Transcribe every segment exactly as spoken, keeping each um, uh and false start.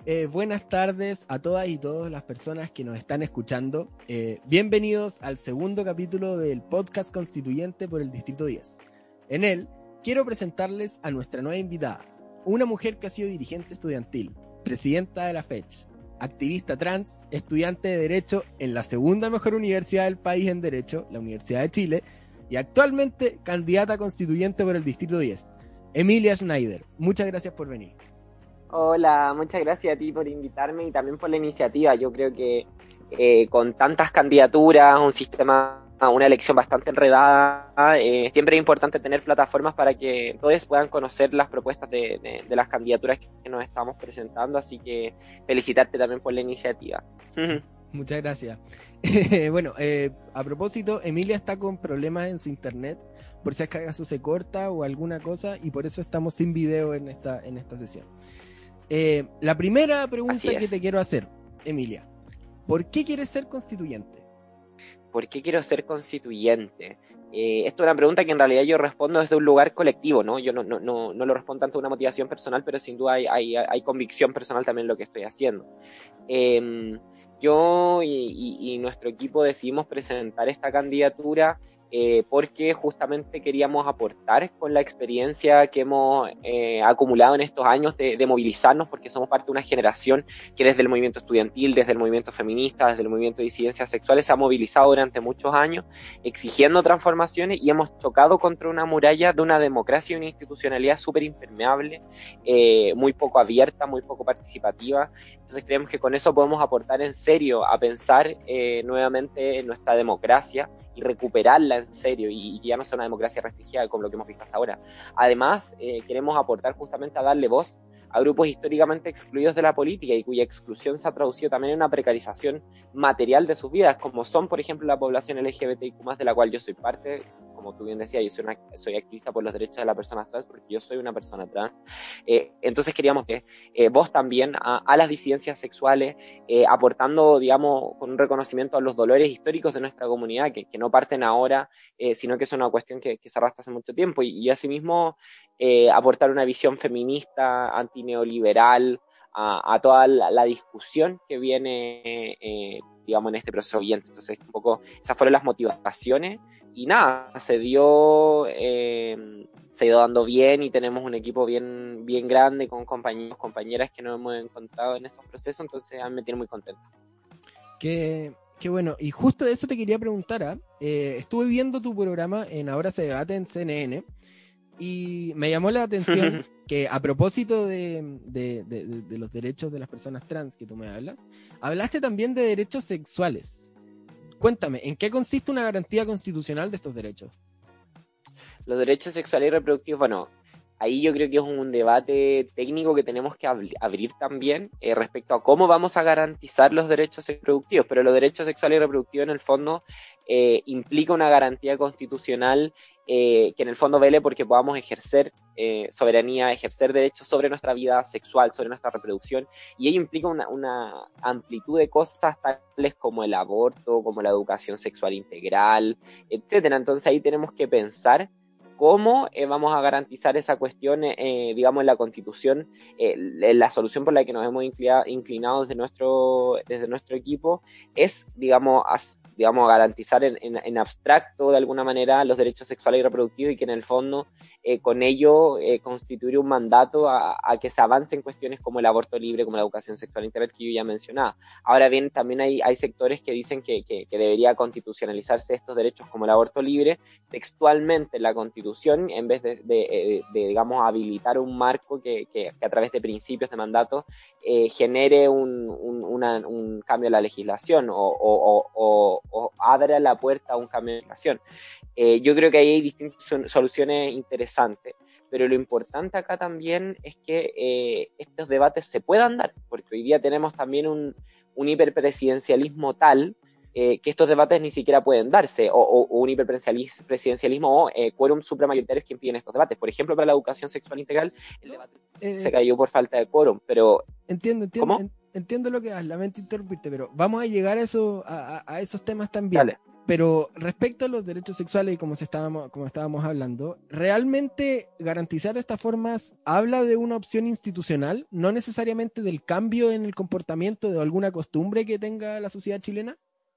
eh, buenas tardes a todas y todas las personas que nos están escuchando. Eh, bienvenidos al segundo capítulo del podcast constituyente por el Distrito diez. En él, quiero presentarles a nuestra nueva invitada, una mujer que ha sido dirigente estudiantil, presidenta de la FECH, activista trans, estudiante de Derecho en la segunda mejor universidad del país en Derecho, la Universidad de Chile, y actualmente candidata constituyente por el Distrito diez. Emilia Schneider, muchas gracias por venir. Hola, muchas gracias a ti por invitarme y también por la iniciativa. Yo creo que eh, con tantas candidaturas, un sistema, una elección bastante enredada, eh, siempre es importante tener plataformas para que todos puedan conocer las propuestas de, de, de las candidaturas que nos estamos presentando, así que felicitarte también por la iniciativa. Muchas gracias. Bueno, eh, a propósito, Emilia está con problemas en su internet, por si acaso se corta o alguna cosa, y por eso estamos sin video en esta, en esta sesión. Eh, la primera pregunta que te quiero hacer, Emilia, ¿por qué quieres ser constituyente? ¿Por qué quiero ser constituyente? Eh, esto es una pregunta que en realidad yo respondo desde un lugar colectivo, ¿no? Yo no, no, no, no lo respondo tanto de una motivación personal, pero sin duda hay, hay, hay convicción personal también en lo que estoy haciendo. Eh, yo y, y, y nuestro equipo decidimos presentar esta candidatura Eh, porque justamente queríamos aportar con la experiencia que hemos eh, acumulado en estos años de, de movilizarnos, porque somos parte de una generación que desde el movimiento estudiantil, desde el movimiento feminista, desde el movimiento de disidencias sexuales se ha movilizado durante muchos años exigiendo transformaciones y hemos chocado contra una muralla de una democracia y una institucionalidad súper impermeable, eh, muy poco abierta, muy poco participativa. Entonces creemos que con eso podemos aportar en serio a pensar eh, nuevamente en nuestra democracia y recuperarla en serio y, y ya no sea una democracia restringida como lo que hemos visto hasta ahora. Además, eh, queremos aportar justamente a darle voz a grupos históricamente excluidos de la política y cuya exclusión se ha traducido también en una precarización material de sus vidas, como son, por ejemplo, la población L G B T I Q más, de la cual yo soy parte. Como tú bien decías, yo soy, una, soy activista por los derechos de las personas trans porque yo soy una persona trans. Eh, entonces queríamos que eh, vos también a, a las disidencias sexuales, eh, aportando, digamos, con un reconocimiento a los dolores históricos de nuestra comunidad, que, que no parten ahora, eh, sino que es una cuestión que, que se arrastra hace mucho tiempo, y, y asimismo eh, aportar una visión feminista, antineoliberal, a, a toda la, la discusión que viene, eh, digamos, en este proceso siguiente. Entonces, un poco, esas fueron las motivaciones, y nada, se dio, eh, se ha ido dando bien, y tenemos un equipo bien, bien grande, con compañeros, compañeras que nos hemos encontrado en esos procesos, entonces a mí me tiene muy contento. Qué, qué bueno, y justo de eso te quería preguntar, ¿eh? Eh, estuve viendo tu programa en Ahora se debate en C N N, y me llamó la atención que a propósito de, de, de, de los derechos de las personas trans que tú me hablas, hablaste también de derechos sexuales. Cuéntame, ¿en qué consiste una garantía constitucional de estos derechos? Los derechos sexuales y reproductivos, bueno, ahí yo creo que es un debate técnico que tenemos que ab- abrir también eh, respecto a cómo vamos a garantizar los derechos reproductivos, pero los derechos sexuales y reproductivos en el fondo eh, implica una garantía constitucional eh, que en el fondo vele porque podamos ejercer eh, soberanía, ejercer derechos sobre nuestra vida sexual, sobre nuestra reproducción, y ello implica una, una amplitud de cosas tales como el aborto, como la educación sexual integral, etcétera. Entonces ahí tenemos que pensar cómo eh, vamos a garantizar esa cuestión, eh, digamos, en la Constitución. Eh, la solución por la que nos hemos inclinado, inclinado desde, nuestro, desde nuestro equipo es, digamos, as, digamos garantizar en, en, en abstracto, de alguna manera, los derechos sexuales y reproductivos, y que en el fondo, eh, con ello, eh, constituir un mandato a, a que se avance en cuestiones como el aborto libre, como la educación sexual integral, que yo ya mencionaba. Ahora bien, también hay, hay sectores que dicen que, que, que debería constitucionalizarse estos derechos como el aborto libre, textualmente en la Constitución, en vez de, de, de, de digamos, habilitar un marco que, que, que a través de principios de mandato eh, genere un, un, una, un cambio en la legislación, o, o, o, o abra la puerta a un cambio de legislación. Eh, yo creo que ahí hay distintas soluciones interesantes, pero lo importante acá también es que eh, estos debates se puedan dar, porque hoy día tenemos también un, un hiperpresidencialismo tal Eh, que estos debates ni siquiera pueden darse, o, o, o un hiperpresidencialismo o eh, quórum supramayoritarios que impiden estos debates. Por ejemplo, para la educación sexual integral, el debate eh, se cayó por falta de quórum, pero... Entiendo, entiendo, ¿Cómo? en, entiendo lo que das, lamento interrumpirte, pero vamos a llegar a, eso, a, a esos temas también. Dale. pero respecto a los derechos sexuales y como, se estábamos, como estábamos hablando, ¿realmente garantizar estas formas habla de una opción institucional, no necesariamente del cambio en el comportamiento de alguna costumbre que tenga la sociedad chilena?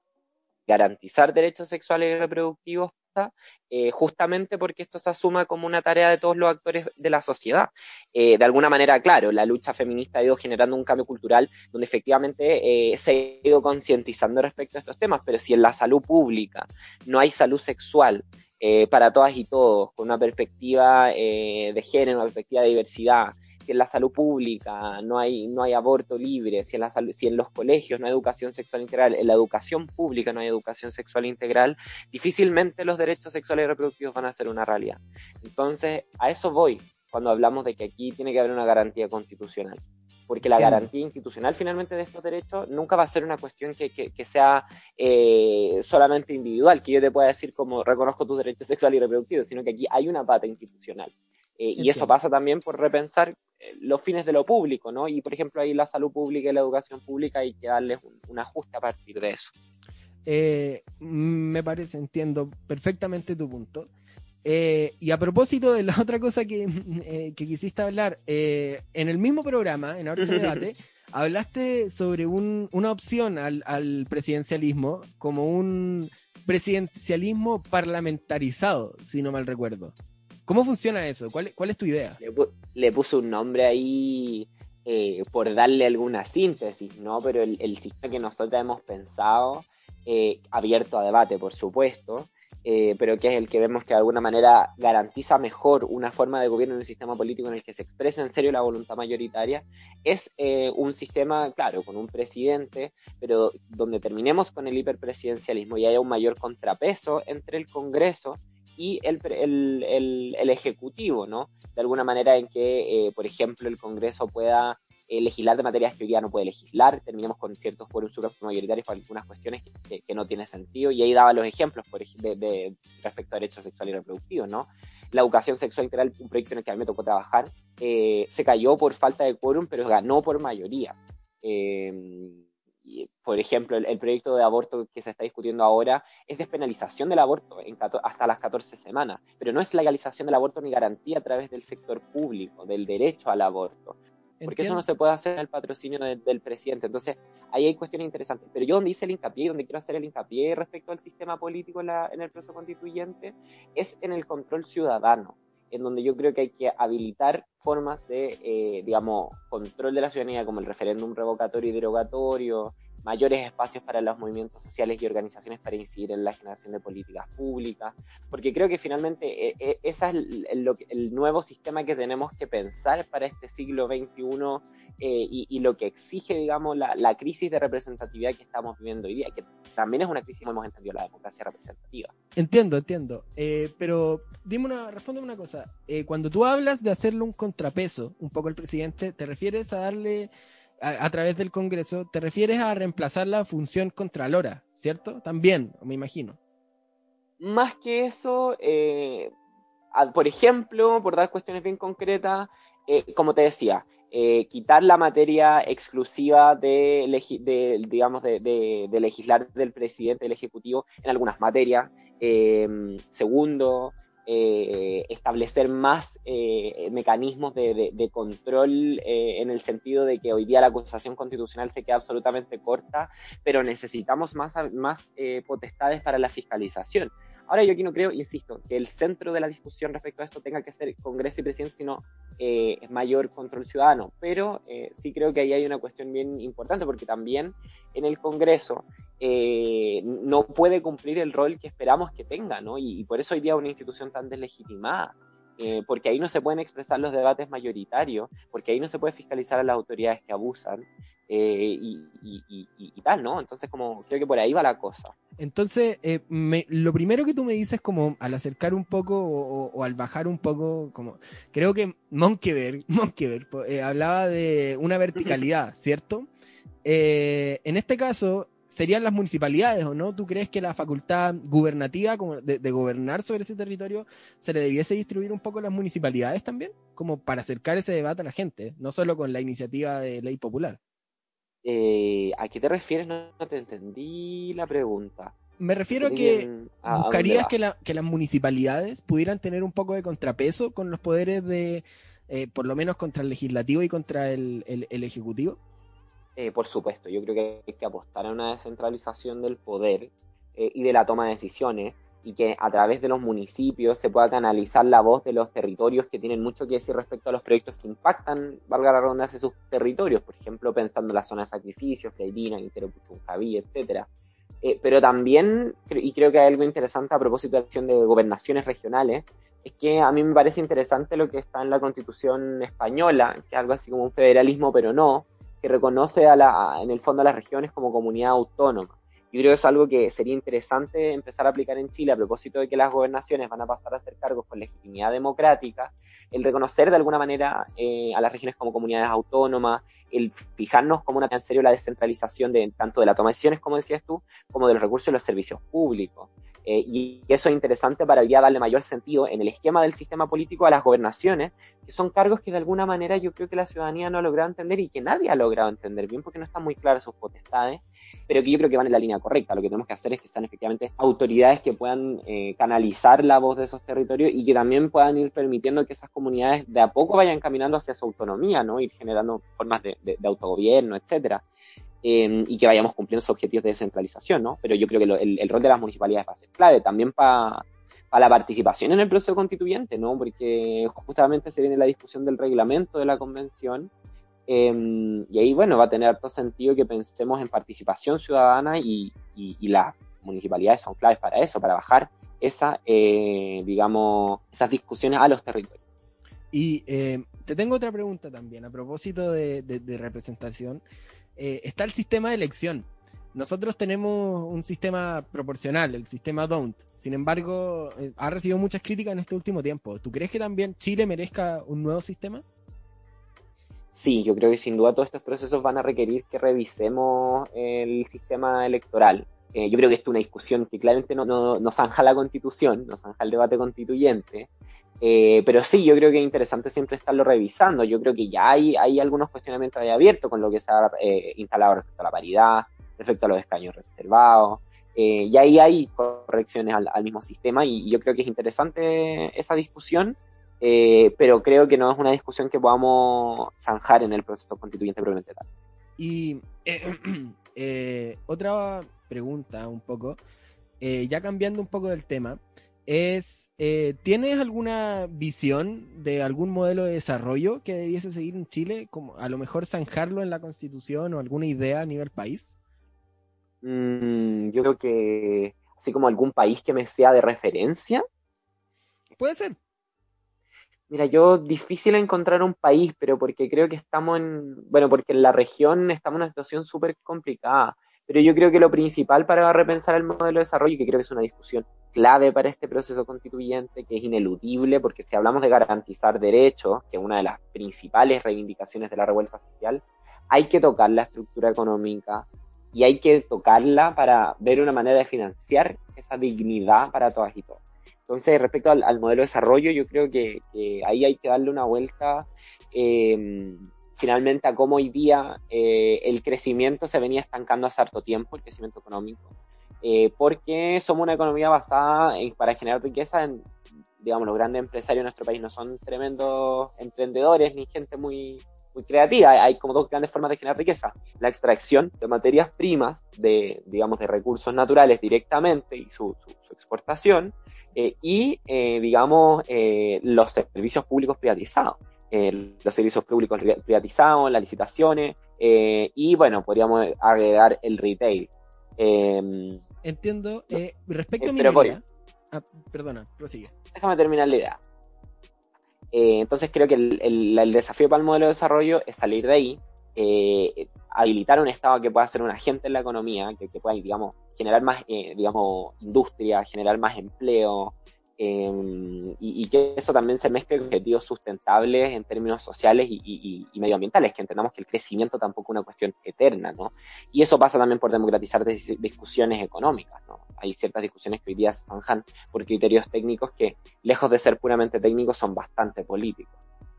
Garantizar derechos sexuales y reproductivos, eh, justamente porque esto se asuma como una tarea de todos los actores de la sociedad. Eh, de alguna manera, claro, la lucha feminista ha ido generando un cambio cultural donde efectivamente eh, se ha ido concientizando respecto a estos temas, pero si en la salud pública no hay salud sexual eh, para todas y todos, con una perspectiva eh, de género, una perspectiva de diversidad, si en la salud pública no hay, no hay aborto libre, si en, la salud, si en los colegios no hay educación sexual integral, en la educación pública no hay educación sexual integral, difícilmente los derechos sexuales y reproductivos van a ser una realidad. Entonces, a eso voy cuando hablamos de que aquí tiene que haber una garantía constitucional. Porque la garantía institucional finalmente de estos derechos nunca va a ser una cuestión que, que, que sea eh, solamente individual, que yo te pueda decir como reconozco tus derechos sexuales y reproductivos, sino que aquí hay una pata institucional. Eh, y eso pasa también por repensar eh, los fines de lo público, ¿no? Y por ejemplo ahí la salud pública y la educación pública hay que darles un, un ajuste a partir de eso. Eh, me parece, entiendo perfectamente tu punto. Eh, y a propósito de la otra cosa que, eh, que quisiste hablar, eh, en el mismo programa, en Ahora se debate, hablaste sobre un, una opción al, al presidencialismo como un presidencialismo parlamentarizado, si no mal recuerdo. ¿Cómo funciona eso? ¿Cuál, cuál es tu idea? Le, pu le puse un nombre ahí eh, por darle alguna síntesis, ¿no? Pero el, el sistema que nosotros hemos pensado, eh, abierto a debate, por supuesto, eh, pero que es el que vemos que de alguna manera garantiza mejor una forma de gobierno en un sistema político en el que se expresa en serio la voluntad mayoritaria, es eh, un sistema, claro, con un presidente, pero donde terminemos con el hiperpresidencialismo y haya un mayor contrapeso entre el Congreso y el, el, el, el Ejecutivo, ¿no? De alguna manera en que, eh, por ejemplo, el Congreso pueda eh, legislar de materias que hoy día no puede legislar, terminemos con ciertos quórum mayoritarios para algunas cuestiones que, que, que no tienen sentido, y ahí daba los ejemplos por de, de, respecto a derechos sexuales y reproductivos, ¿no? La educación sexual integral, un proyecto en el que a mí me tocó trabajar, eh, se cayó por falta de quórum, pero ganó por mayoría. Eh, Y, por ejemplo, el, el proyecto de aborto que se está discutiendo ahora es despenalización del aborto en, hasta las catorce semanas, pero no es legalización del aborto ni garantía a través del sector público, del derecho al aborto, porque Entiendo. Eso no se puede hacer al patrocinio de, del presidente. Entonces, ahí hay cuestiones interesantes. Pero yo donde hice el hincapié, donde quiero hacer el hincapié respecto al sistema político en, la, en el proceso constituyente, es en el control ciudadano, en donde yo creo que hay que habilitar formas de, eh, digamos, control de la ciudadanía, como el referéndum revocatorio y derogatorio, mayores espacios para los movimientos sociales y organizaciones para incidir en la generación de políticas públicas, porque creo que finalmente eh, eh, ese es el, el, el nuevo sistema que tenemos que pensar para este siglo veintiuno eh, y, y lo que exige, digamos, la, la crisis de representatividad que estamos viviendo hoy día, que también es una crisis, como hemos entendido, la democracia representativa. Entiendo, entiendo, eh, pero dime una, respóndeme una cosa, eh, cuando tú hablas de hacerle un contrapeso un poco al presidente, ¿te refieres a darle... A, a través del Congreso, te refieres a reemplazar la función contralora, ¿cierto? También, me imagino. Más que eso, eh, a, por ejemplo, por dar cuestiones bien concretas, eh, como te decía, eh, quitar la materia exclusiva de, de digamos, de, de, de legislar del presidente, del Ejecutivo, en algunas materias. Eh, segundo, Eh, establecer más eh, mecanismos de, de, de control eh, en el sentido de que hoy día la acusación constitucional se queda absolutamente corta, pero necesitamos más, más eh, potestades para la fiscalización. Ahora yo aquí no creo, insisto, que el centro de la discusión respecto a esto tenga que ser Congreso y Presidente, sino eh, mayor control ciudadano, pero eh, sí creo que ahí hay una cuestión bien importante, porque también en el Congreso eh, no puede cumplir el rol que esperamos que tenga, ¿no? Y, y por eso hoy día es una institución tan deslegitimada, eh, porque ahí no se pueden expresar los debates mayoritarios, porque ahí no se puede fiscalizar a las autoridades que abusan, eh, y, y, y, y tal, ¿no? Entonces como creo que por ahí va la cosa. Entonces, eh, me, lo primero que tú me dices, como al acercar un poco o, o, o al bajar un poco, como creo que Monkeberg, Monkeberg eh, hablaba de una verticalidad, ¿cierto? Eh, en este caso, serían las municipalidades, ¿o no? ¿Tú crees que la facultad gubernativa como de, de gobernar sobre ese territorio se le debiese distribuir un poco a las municipalidades también? Como para acercar ese debate a la gente, no solo con la iniciativa de ley popular. Eh, ¿A qué te refieres? No, no te entendí la pregunta. Me refiero a que a, buscarías a que, la, que las municipalidades pudieran tener un poco de contrapeso con los poderes de, eh, por lo menos contra el legislativo y contra el, el, el ejecutivo. Eh, por supuesto, yo creo que hay que apostar a una descentralización del poder eh, y de la toma de decisiones, y que a través de los municipios se pueda canalizar la voz de los territorios que tienen mucho que decir respecto a los proyectos que impactan, valga la redundancia, sus territorios, por ejemplo, pensando en la zona de sacrificio, Freirina, Quintero Puchuncaví, etcétera. Eh, pero también, y creo que hay algo interesante a propósito de la acción de gobernaciones regionales, es que a mí me parece interesante lo que está en la Constitución española, que es algo así como un federalismo, pero no, que reconoce a la, en el fondo a las regiones como comunidad autónoma. Yo creo que es algo que sería interesante empezar a aplicar en Chile a propósito de que las gobernaciones van a pasar a ser cargos con legitimidad democrática, el reconocer de alguna manera eh, a las regiones como comunidades autónomas, el fijarnos como una en serio la descentralización de tanto de la toma de decisiones, como decías tú, como de los recursos y los servicios públicos. Eh, y eso es interesante para ya darle mayor sentido en el esquema del sistema político a las gobernaciones, que son cargos que de alguna manera yo creo que la ciudadanía no ha logrado entender y que nadie ha logrado entender bien porque no están muy claras sus potestades, pero que yo creo que van en la línea correcta. Lo que tenemos que hacer es que sean efectivamente autoridades que puedan eh, canalizar la voz de esos territorios y que también puedan ir permitiendo que esas comunidades de a poco vayan caminando hacia su autonomía, ¿no? Ir generando formas de, de, de autogobierno, etcétera. Eh, y que vayamos cumpliendo esos objetivos de descentralización, ¿no? Pero yo creo que lo, el, el rol de las municipalidades va a ser clave también para pa la participación en el proceso constituyente, ¿no? Porque justamente se viene la discusión del reglamento de la convención, eh, y ahí, bueno, va a tener harto sentido que pensemos en participación ciudadana y, y, y las municipalidades son claves para eso, para bajar esa, eh, digamos, esas discusiones a los territorios. Y eh, te tengo otra pregunta también, a propósito de, de, de representación. Eh, está el sistema de elección. Nosotros tenemos un sistema proporcional, el sistema D O N T. Sin embargo, eh, ha recibido muchas críticas en este último tiempo. ¿Tú crees que también Chile merezca un nuevo sistema? Sí, yo creo que sin duda todos estos procesos van a requerir que revisemos el sistema electoral. Eh, yo creo que esto es una discusión que claramente no, no, no zanja la Constitución, no zanja el debate constituyente, eh, pero sí, yo creo que es interesante siempre estarlo revisando. Yo creo que ya hay, hay algunos cuestionamientos ahí abiertos con lo que se ha eh, instalado respecto a la paridad, respecto a los escaños reservados, eh, y ahí hay correcciones al, al mismo sistema, y, y yo creo que es interesante esa discusión. Eh, pero creo que no es una discusión que podamos zanjar en el proceso constituyente probablemente tal. Y eh, eh, otra pregunta un poco, eh, ya cambiando un poco del tema, es, eh, ¿tienes alguna visión de algún modelo de desarrollo que debiese seguir en Chile? Como a lo mejor zanjarlo en la Constitución o alguna idea a nivel país. Mm, yo creo que así como algún país que me sea de referencia. Puede ser. Mira, yo difícil encontrar un país, pero porque creo que estamos en, bueno, porque en la región estamos en una situación súper complicada, pero yo creo que lo principal para repensar el modelo de desarrollo, y que creo que es una discusión clave para este proceso constituyente, que es ineludible, porque si hablamos de garantizar derechos, que es una de las principales reivindicaciones de la revuelta social, hay que tocar la estructura económica y hay que tocarla para ver una manera de financiar esa dignidad para todas y todos. Entonces, respecto al, al modelo de desarrollo, yo creo que, que ahí hay que darle una vuelta eh, finalmente a cómo hoy día eh, el crecimiento se venía estancando hace harto tiempo, el crecimiento económico, eh, porque somos una economía basada en, para generar riqueza en, digamos, los grandes empresarios de nuestro país no son tremendos emprendedores ni gente muy, muy creativa. Hay como dos grandes formas de generar riqueza: la extracción de materias primas, de, digamos, de recursos naturales directamente y su, su, su exportación, Eh, y, eh, digamos, eh, los servicios públicos privatizados, eh, los servicios públicos privatizados, las licitaciones, eh, y, bueno, podríamos agregar el retail. Eh, Entiendo. Eh, respecto eh, a pero voy, minería... Ah, perdona, prosigue. déjame terminar la idea. Eh, entonces creo que el, el, el desafío para el modelo de desarrollo es salir de ahí, eh, habilitar un Estado que pueda ser un agente en la economía, que, que pueda, digamos, generar más, eh, digamos, industria, generar más empleo, eh, y, y que eso también se mezcle con objetivos sustentables en términos sociales y, y, y medioambientales, que entendamos que el crecimiento tampoco es una cuestión eterna, ¿no? Y eso pasa también por democratizar dis- discusiones económicas, ¿no? Hay ciertas discusiones que hoy día se zanjan por criterios técnicos que, lejos de ser puramente técnicos, son bastante políticos.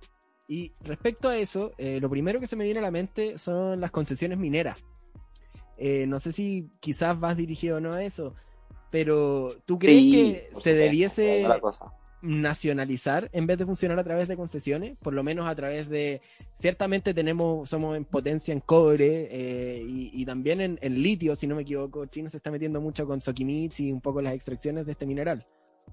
Y respecto a eso, eh, lo primero que se me viene a la mente son las concesiones mineras. Eh, no sé si quizás vas dirigido o no a eso, pero ¿tú crees Sí, que por se supuesto, debiese es la cosa. nacionalizar en vez de funcionar a través de concesiones? Por lo menos a través de, ciertamente tenemos, somos en potencia en cobre eh, y, y también en, en litio, si no me equivoco. China se está metiendo mucho con Soquimich y un poco las extracciones de este mineral.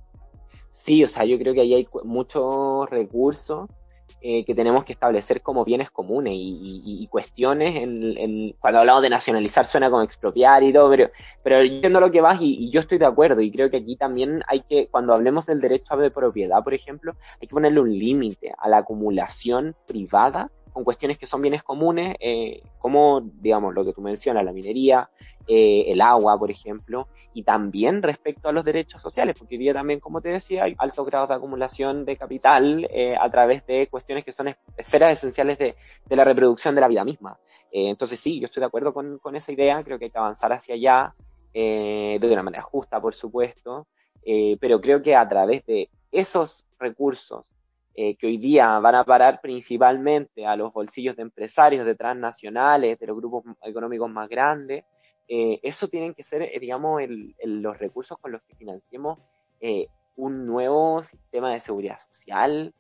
Sí, o sea, yo creo que ahí hay cu- muchos recursos eh, que tenemos que establecer como bienes comunes y, y- y cuestiones. En, en- cuando hablamos de nacionalizar suena como expropiar y todo, pero, pero yo entiendo lo que vas y, y yo estoy de acuerdo. Y creo que aquí también hay que, cuando hablemos del derecho a de propiedad, por ejemplo, hay que ponerle un límite a la acumulación privada con cuestiones que son bienes comunes, eh, como, digamos, lo que tú mencionas, la minería, eh, el agua, por ejemplo, y también respecto a los derechos sociales, porque hoy día también, como te decía, hay altos grados de acumulación de capital eh, a través de cuestiones que son es- esferas esenciales de, de la reproducción de la vida misma. Eh, entonces sí, yo estoy de acuerdo con, con esa idea, creo que hay que avanzar hacia allá eh, de una manera justa, por supuesto, eh, pero creo que a través de esos recursos eh, que hoy día van a parar principalmente a los bolsillos de empresarios, de transnacionales, de los grupos económicos más grandes, eh, eso tienen que ser, eh, digamos, el, el, los recursos con los que financiemos eh, un nuevo sistema de seguridad social,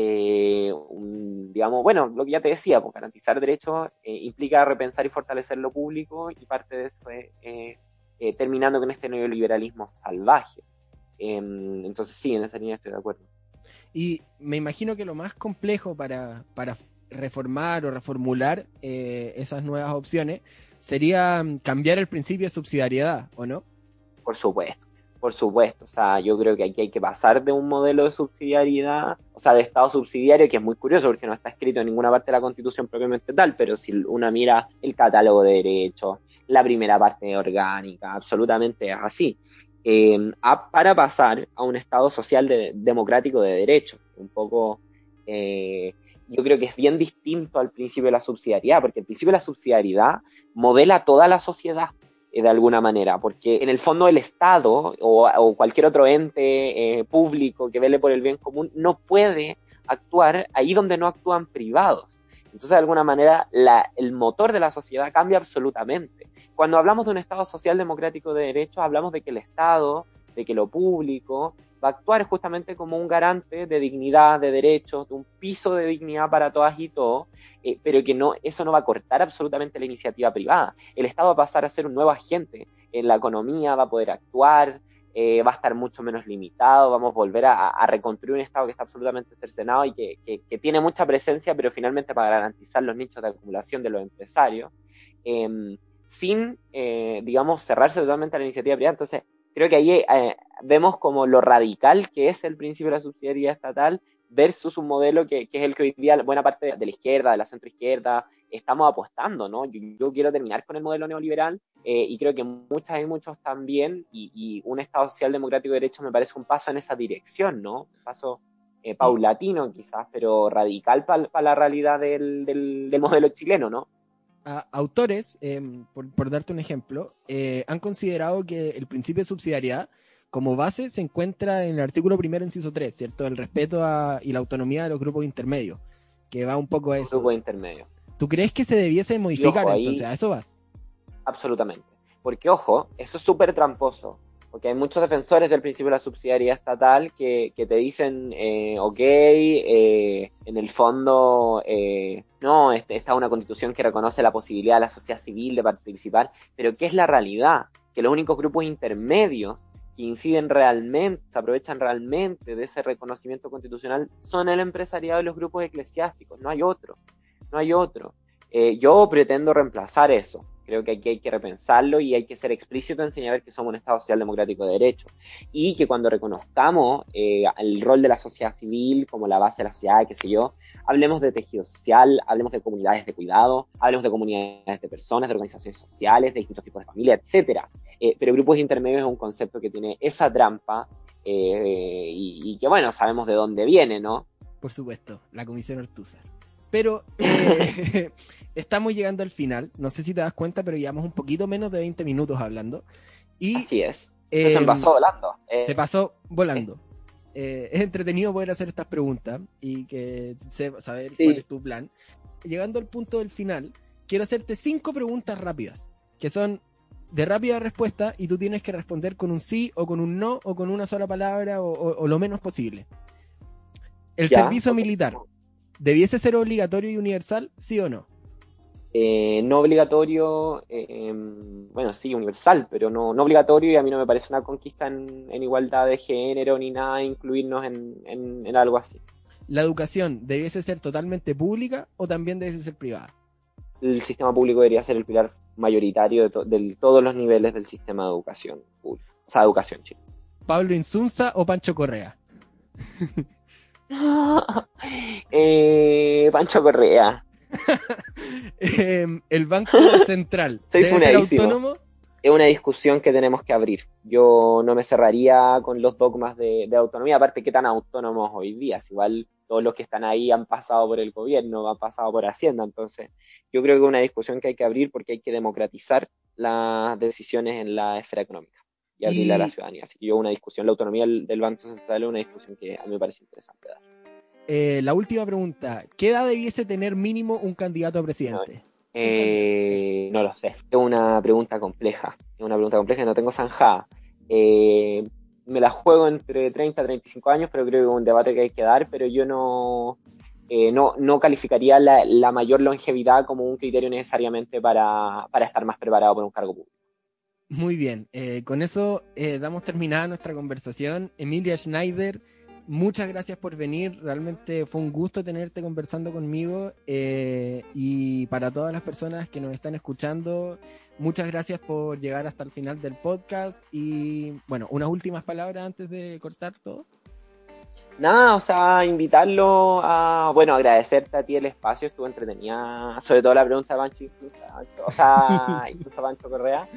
eh, un, digamos, bueno, lo que ya te decía, pues garantizar derechos eh, implica repensar y fortalecer lo público y parte de eso es eh, eh, terminando con este neoliberalismo salvaje. Eh, entonces sí, en esa línea estoy de acuerdo. Y me imagino que lo más complejo para, para reformar o reformular eh, esas nuevas opciones sería mm, cambiar el principio de subsidiariedad, ¿o no? Por supuesto, por supuesto. O sea, yo creo que aquí hay que pasar de un modelo de subsidiariedad, o sea, de Estado subsidiario, que es muy curioso porque no está escrito en ninguna parte de la Constitución propiamente tal, pero si una mira el catálogo de derechos, la primera parte orgánica, absolutamente es así. Eh, a, para pasar a un Estado social de, democrático de derechos, un poco... Eh, yo creo que es bien distinto al principio de la subsidiariedad, porque el principio de la subsidiariedad modela toda la sociedad eh, de alguna manera, porque en el fondo el Estado o, o cualquier otro ente eh, público que vele por el bien común no puede actuar ahí donde no actúan privados. Entonces, de alguna manera, la, el motor de la sociedad cambia absolutamente. Cuando hablamos de un Estado social democrático de derechos, hablamos de que el Estado, de que lo público, va a actuar justamente como un garante de dignidad, de derechos, de un piso de dignidad para todas y todos, eh, pero que no, eso no va a cortar absolutamente la iniciativa privada. El Estado va a pasar a ser un nuevo agente en la economía, va a poder actuar, eh, va a estar mucho menos limitado, vamos a volver a, a reconstruir un Estado que está absolutamente cercenado y que, que, que tiene mucha presencia, pero finalmente para garantizar los nichos de acumulación de los empresarios, eh, sin, eh, digamos, cerrarse totalmente a la iniciativa privada. Entonces, creo que ahí eh, vemos como lo radical que es el principio de la subsidiariedad estatal versus un modelo que, que es el que hoy día buena parte de la izquierda, de la centroizquierda, estamos apostando, ¿no? Yo, yo quiero terminar con el modelo neoliberal eh, y creo que muchas y muchos también, y, y un Estado social democrático de derechos me parece un paso en esa dirección, ¿no? Un paso eh, Y paulatino quizás, pero radical para pa la realidad del, del, del modelo chileno, ¿no? a, autores, eh, por, por, darte un ejemplo, eh, han considerado que el principio de subsidiariedad como base se encuentra en el artículo primero, inciso tres, ¿cierto? El respeto a, y la autonomía de los grupos intermedios, que va un poco a Un grupo eso. de intermedio. ¿Tú crees que se debiese Y modificar ojo, entonces? ahí ¿A eso vas? absolutamente. Porque, ojo, eso es súper tramposo. Porque hay muchos defensores del principio de la subsidiariedad estatal que, que te dicen, eh, ok, eh, en el fondo, eh, no, este, esta es una constitución que reconoce la posibilidad de la sociedad civil de participar, pero ¿qué es la realidad? Que los únicos grupos intermedios que inciden realmente, se aprovechan realmente de ese reconocimiento constitucional son el empresariado y los grupos eclesiásticos, no hay otro, no hay otro. Eh, yo pretendo reemplazar eso. Creo que aquí hay que repensarlo y hay que ser explícito en enseñar que somos un Estado social democrático de derecho. Y que cuando reconozcamos eh, el rol de la sociedad civil como la base de la sociedad, qué sé yo, hablemos de tejido social, hablemos de comunidades de cuidado, hablemos de comunidades de personas, de organizaciones sociales, de distintos tipos de familia, etcétera. Eh, pero grupos intermedios es un concepto que tiene esa trampa eh, y, y que, bueno, sabemos de dónde viene, ¿no? Por supuesto, la Comisión Ortúzar. Pero eh, estamos llegando al final. No sé si te das cuenta, pero llevamos un poquito menos de veinte minutos hablando. Y Así es. Esto se me eh, pasó volando. se Eh, pasó eh, volando. Eh, es entretenido poder hacer estas preguntas y que se, saber cuál sí, es tu plan. Llegando al punto del final, quiero hacerte cinco preguntas rápidas, que son de rápida respuesta y tú tienes que responder con un sí o con un no o con una sola palabra o, o, o lo menos posible. ¿El Ya, servicio ok. militar debiese ser obligatorio y universal, sí o no? Eh, no obligatorio, eh, bueno, sí, universal, pero no, no obligatorio, y a mí no me parece una conquista en, en igualdad de género ni nada incluirnos en, en, en algo así. ¿La educación debiese ser totalmente pública o también debiese ser privada? El sistema público debería ser el pilar mayoritario de, to- de todos los niveles del sistema de educación pública, o sea, educación chile. ¿Pablo Insunza o Pancho Correa? eh, Pancho Correa, Eh, ¿El Banco Central soy debe ser funadísimo. autónomo? Es una discusión que tenemos que abrir. Yo no me cerraría con los dogmas de, de autonomía, aparte qué tan autónomos hoy día. Si igual todos los que están ahí han pasado por el gobierno, han pasado por Hacienda, entonces yo creo que es una discusión que hay que abrir porque hay que democratizar las decisiones en la esfera económica y abrirla a la Y ciudadanía. Así que yo una discusión, la autonomía del, del Banco Central es una discusión que a mí me parece interesante dar. eh, la última pregunta, ¿qué edad debiese tener mínimo un candidato a No, presidente? Un candidato. Eso. eh, no lo sé. Es una pregunta compleja. Es una pregunta compleja que no tengo zanjada. Eh, me la juego entre treinta y treinta y cinco años, pero creo que es un debate que hay que dar, pero yo no, eh, no, no calificaría la, la mayor longevidad como un criterio necesariamente para, para estar más preparado para un cargo público. Muy bien, eh, con eso eh, damos terminada nuestra conversación. Emilia Schneider, muchas gracias por venir. Realmente fue un gusto tenerte conversando conmigo. eh, y para todas las personas que nos están escuchando, muchas gracias por llegar hasta el final del podcast. Y bueno, unas últimas palabras antes de cortar todo. Nada, o sea, invitarlo a, bueno, agradecerte a ti el espacio, estuvo entretenida, sobre todo la pregunta de Pancho, o sea, incluso Pancho Correa.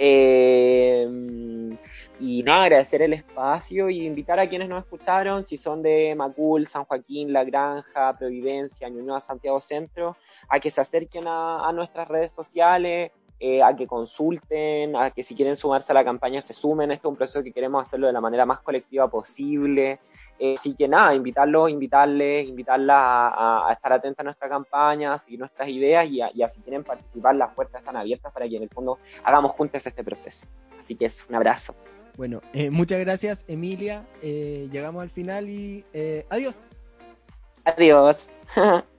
Eh, y nada, agradecer el espacio y invitar a quienes nos escucharon, si son de Macul, San Joaquín, La Granja, Providencia, Ñuñoa, Santiago Centro, a que se acerquen a, a nuestras redes sociales, eh, a que consulten, a que si quieren sumarse a la campaña se sumen. Este es un proceso que queremos hacerlo de la manera más colectiva posible. Eh, así que nada, invitarlos, invitarles, invitarlas a, a, a estar atentas a nuestra campaña, a seguir nuestras ideas y, a, y a si quieren participar, las puertas están abiertas para que en el fondo hagamos juntos este proceso. Así que es un abrazo. Bueno, eh, muchas gracias, Emilia. Eh, llegamos al final y eh, adiós. Adiós.